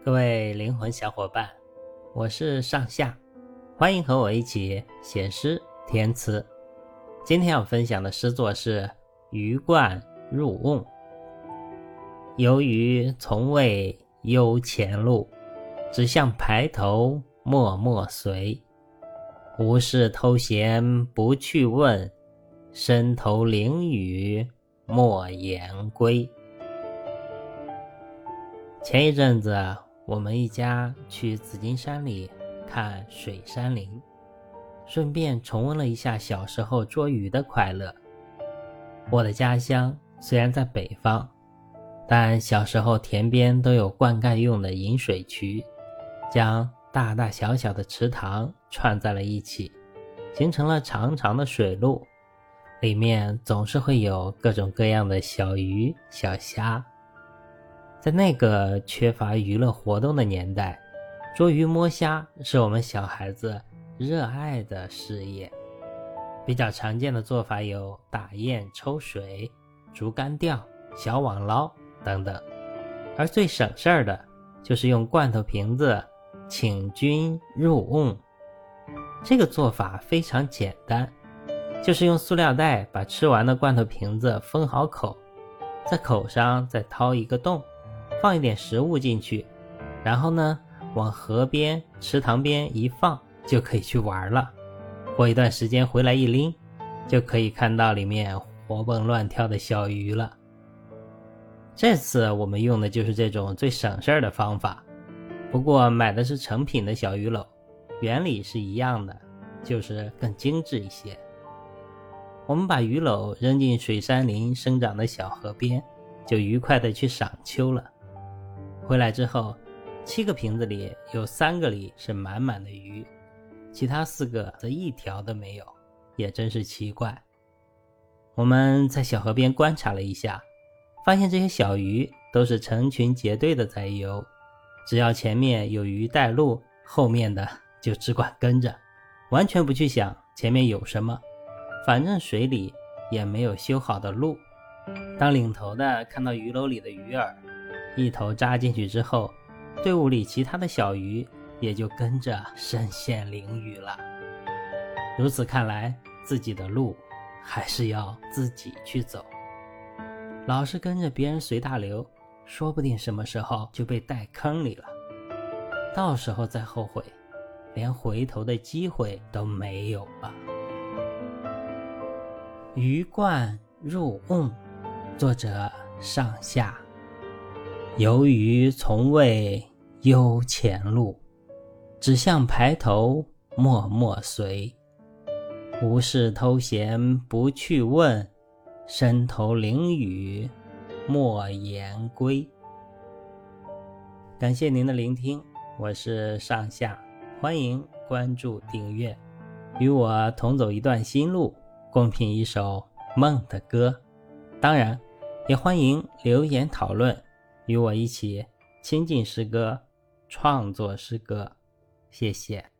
各位灵魂小伙伴，我是上下，欢迎和我一起写诗填词。今天要分享的诗作是鱼贯入瓮。由于从未悠前路，只向排头默默随。无事偷闲不去问，伸头领雨莫言归。前一阵子我们一家去紫金山里看水杉林，顺便重温了一下小时候捉鱼的快乐。我的家乡虽然在北方，但小时候田边都有灌溉用的引水渠，将大大小小的池塘串在了一起，形成了长长的水路，里面总是会有各种各样的小鱼小虾。在那个缺乏娱乐活动的年代，捉鱼摸虾是我们小孩子热爱的事业。比较常见的做法有打雁抽水、竹竿钓、小网捞等等，而最省事儿的就是用罐头瓶子请君入瓮。这个做法非常简单，就是用塑料袋把吃完的罐头瓶子封好口，在口上再掏一个洞，放一点食物进去，然后呢，往河边、池塘边一放，就可以去玩了。过一段时间回来一拎，就可以看到里面活蹦乱跳的小鱼了。这次我们用的就是这种最省事儿的方法，不过买的是成品的小鱼篓，原理是一样的，就是更精致一些。我们把鱼篓扔进水杉林生长的小河边，就愉快地去赏秋了。回来之后，7个瓶子里有3个里是满满的鱼，其他4个则一条都没有，也真是奇怪。我们在小河边观察了一下，发现这些小鱼都是成群结队的在游，只要前面有鱼带路，后面的就只管跟着，完全不去想前面有什么，反正水里也没有修好的路。当领头的看到鱼篓里的鱼儿，一头扎进去之后，队伍里其他的小鱼也就跟着身陷囹圄了。如此看来，自己的路还是要自己去走，老是跟着别人随大流，说不定什么时候就被带坑里了，到时候再后悔，连回头的机会都没有了。鱼贯入瓮，作者上下。由于从未悠前路，只向排头默默随。无事偷闲不去问，伸头领雨莫言归。感谢您的聆听，我是上下，欢迎关注订阅，与我同走一段心路，共品一首梦的歌。当然也欢迎留言讨论，与我一起亲近诗歌，创作诗歌。谢谢。